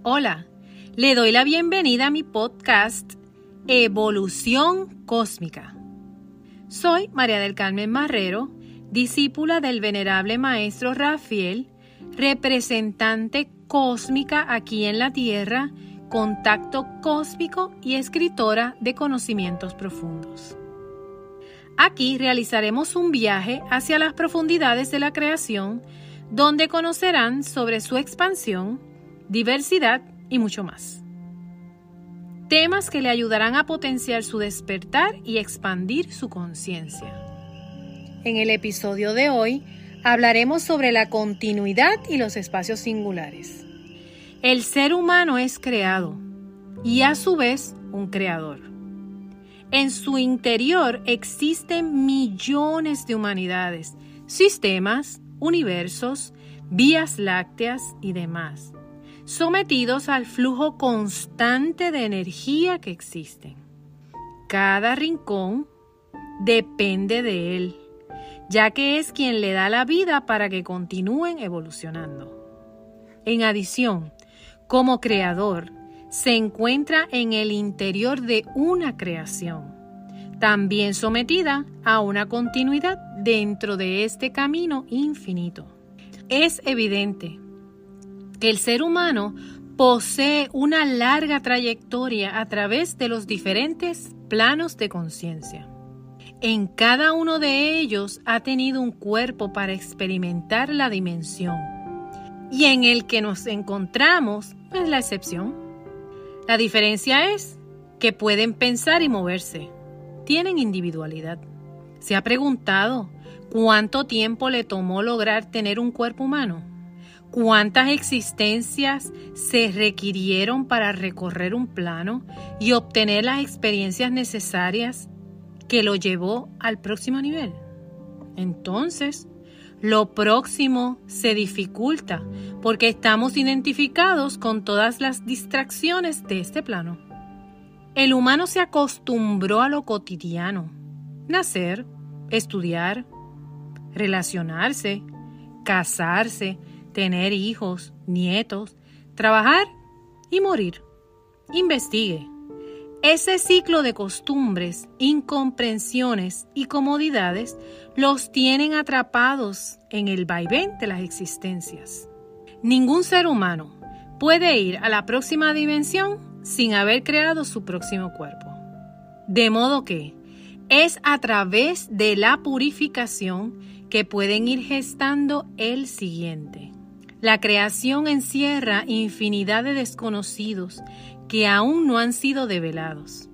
Hola, le doy la bienvenida a mi podcast Evolución Cósmica. Soy María del Carmen Marrero, discípula del venerable maestro Rafael, representante cósmica aquí en la Tierra, contacto cósmico y escritora de conocimientos profundos. Aquí realizaremos un viaje hacia las profundidades de la creación, donde conocerán sobre su expansión, diversidad y mucho más. Temas que le ayudarán a potenciar su despertar y expandir su conciencia. En el episodio de hoy hablaremos sobre la continuidad y los espacios singulares. El ser humano es creado y a su vez un creador. En su interior existen millones de humanidades, sistemas, universos, vías lácteas y demás, sometidos al flujo constante de energía que existen. Cada rincón depende de él, ya que es quien le da la vida para que continúen evolucionando. En adición, como creador, se encuentra en el interior de una creación, también sometida a una continuidad dentro de este camino infinito. Es evidente que el ser humano posee una larga trayectoria a través de los diferentes planos de conciencia. En cada uno de ellos ha tenido un cuerpo para experimentar la dimensión, y en el que nos encontramos es la excepción. La diferencia es que pueden pensar y moverse, tienen individualidad. ¿Se ha preguntado cuánto tiempo le tomó lograr tener un cuerpo humano? ¿Cuántas existencias se requirieron para recorrer un plano y obtener las experiencias necesarias que lo llevó al próximo nivel? Entonces, lo próximo se dificulta porque estamos identificados con todas las distracciones de este plano. El humano se acostumbró a lo cotidiano: nacer, estudiar, relacionarse, casarse, tener hijos, nietos, trabajar y morir. Investigue. Ese ciclo de costumbres, incomprensiones y comodidades los tienen atrapados en el vaivén de las existencias. Ningún ser humano puede ir a la próxima dimensión sin haber creado su próximo cuerpo. De modo que es a través de la purificación que pueden ir gestando el siguiente. La creación encierra infinidad de desconocidos que aún no han sido develados.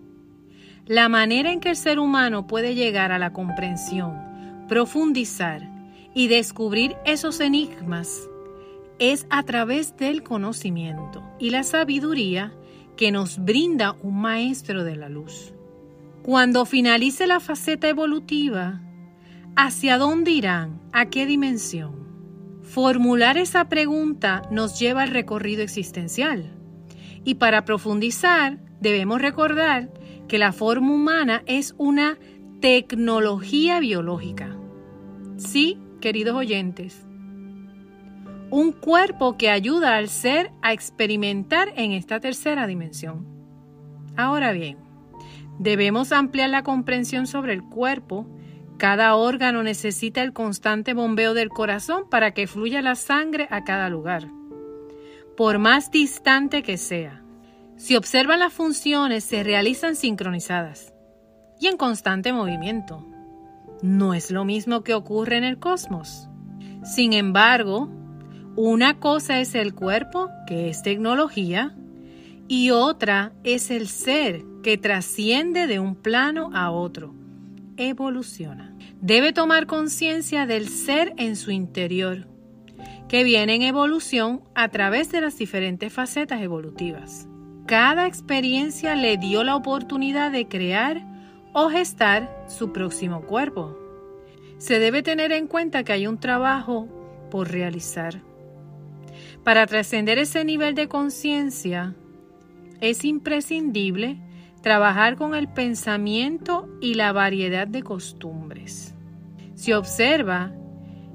La manera en que el ser humano puede llegar a la comprensión, profundizar y descubrir esos enigmas es a través del conocimiento y la sabiduría que nos brinda un maestro de la luz. Cuando finalice la faceta evolutiva, ¿hacia dónde irán? ¿A qué dimensión? Formular esa pregunta nos lleva al recorrido existencial. Y para profundizar, debemos recordar que la forma humana es una tecnología biológica. Sí, queridos oyentes, un cuerpo que ayuda al ser a experimentar en esta tercera dimensión. Ahora bien, debemos ampliar la comprensión sobre el cuerpo. Cada órgano necesita el constante bombeo del corazón para que fluya la sangre a cada lugar, por más distante que sea. Si observan, las funciones se realizan sincronizadas y en constante movimiento. No es lo mismo que ocurre en el cosmos. Sin embargo, una cosa es el cuerpo, que es tecnología, y otra es el ser, que trasciende de un plano a otro, evoluciona. Debe tomar conciencia del ser en su interior, que viene en evolución a través de las diferentes facetas evolutivas. Cada experiencia le dio la oportunidad de crear o gestar su próximo cuerpo. Se debe tener en cuenta que hay un trabajo por realizar. Para trascender ese nivel de conciencia, es imprescindible trabajar con el pensamiento y la variedad de costumbres. Se observa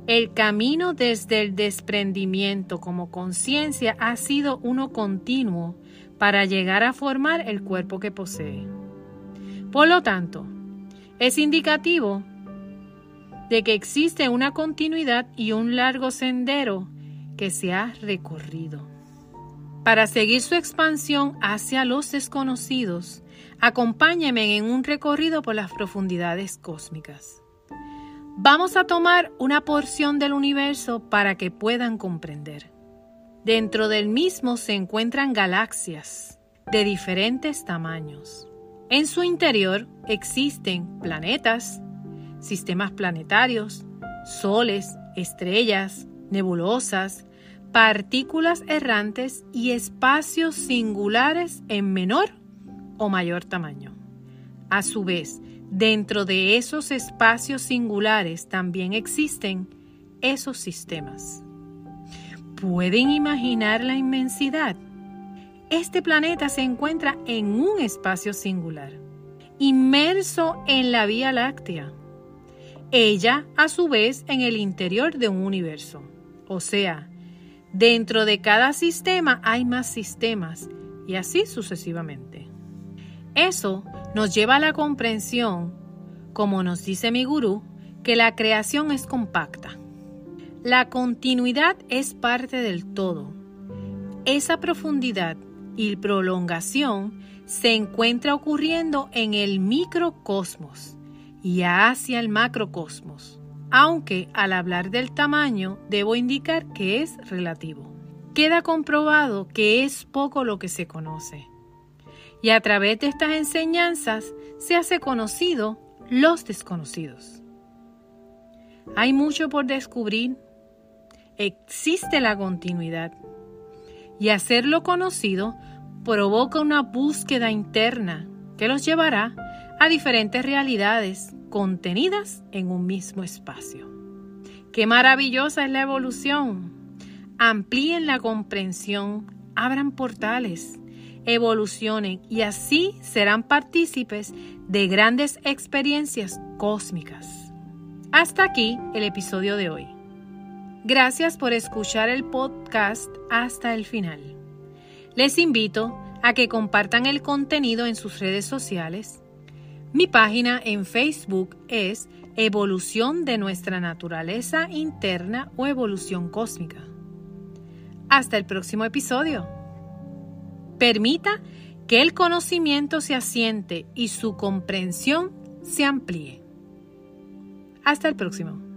El camino desde el desprendimiento como conciencia ha sido uno continuo para llegar a formar el cuerpo que posee. Por lo tanto, es indicativo de que existe una continuidad y un largo sendero que se ha recorrido. Para seguir su expansión hacia los desconocidos, acompáñenme en un recorrido por las profundidades cósmicas. Vamos a tomar una porción del universo para que puedan comprender. Dentro del mismo se encuentran galaxias de diferentes tamaños. En su interior existen planetas, sistemas planetarios, soles, estrellas, nebulosas, partículas errantes y espacios singulares en menor o mayor tamaño. A su vez, dentro de esos espacios singulares también existen esos sistemas. ¿Pueden imaginar la inmensidad? Este planeta se encuentra en un espacio singular, inmerso en la Vía Láctea. Ella, a su vez, en el interior de un universo. O sea, dentro de cada sistema hay más sistemas y así sucesivamente. Eso nos lleva a la comprensión, como nos dice mi gurú, que la creación es compacta. La continuidad es parte del todo. Esa profundidad y prolongación se encuentra ocurriendo en el microcosmos y hacia el macrocosmos, aunque al hablar del tamaño debo indicar que es relativo. Queda comprobado que es poco lo que se conoce. Y a través de estas enseñanzas se hace conocido los desconocidos. Hay mucho por descubrir. Existe la continuidad. Y hacerlo conocido provoca una búsqueda interna que los llevará a diferentes realidades contenidas en un mismo espacio. ¡Qué maravillosa es la evolución! Amplíen la comprensión, abran portales, evolucionen y así serán partícipes de grandes experiencias cósmicas. Hasta aquí el episodio de hoy. Gracias por escuchar el podcast hasta el final. Les invito a que compartan el contenido en sus redes sociales. Mi página en Facebook es Evolución de nuestra naturaleza interna o Evolución Cósmica. Hasta el próximo episodio. Permita que el conocimiento se asiente y su comprensión se amplíe. Hasta el próximo.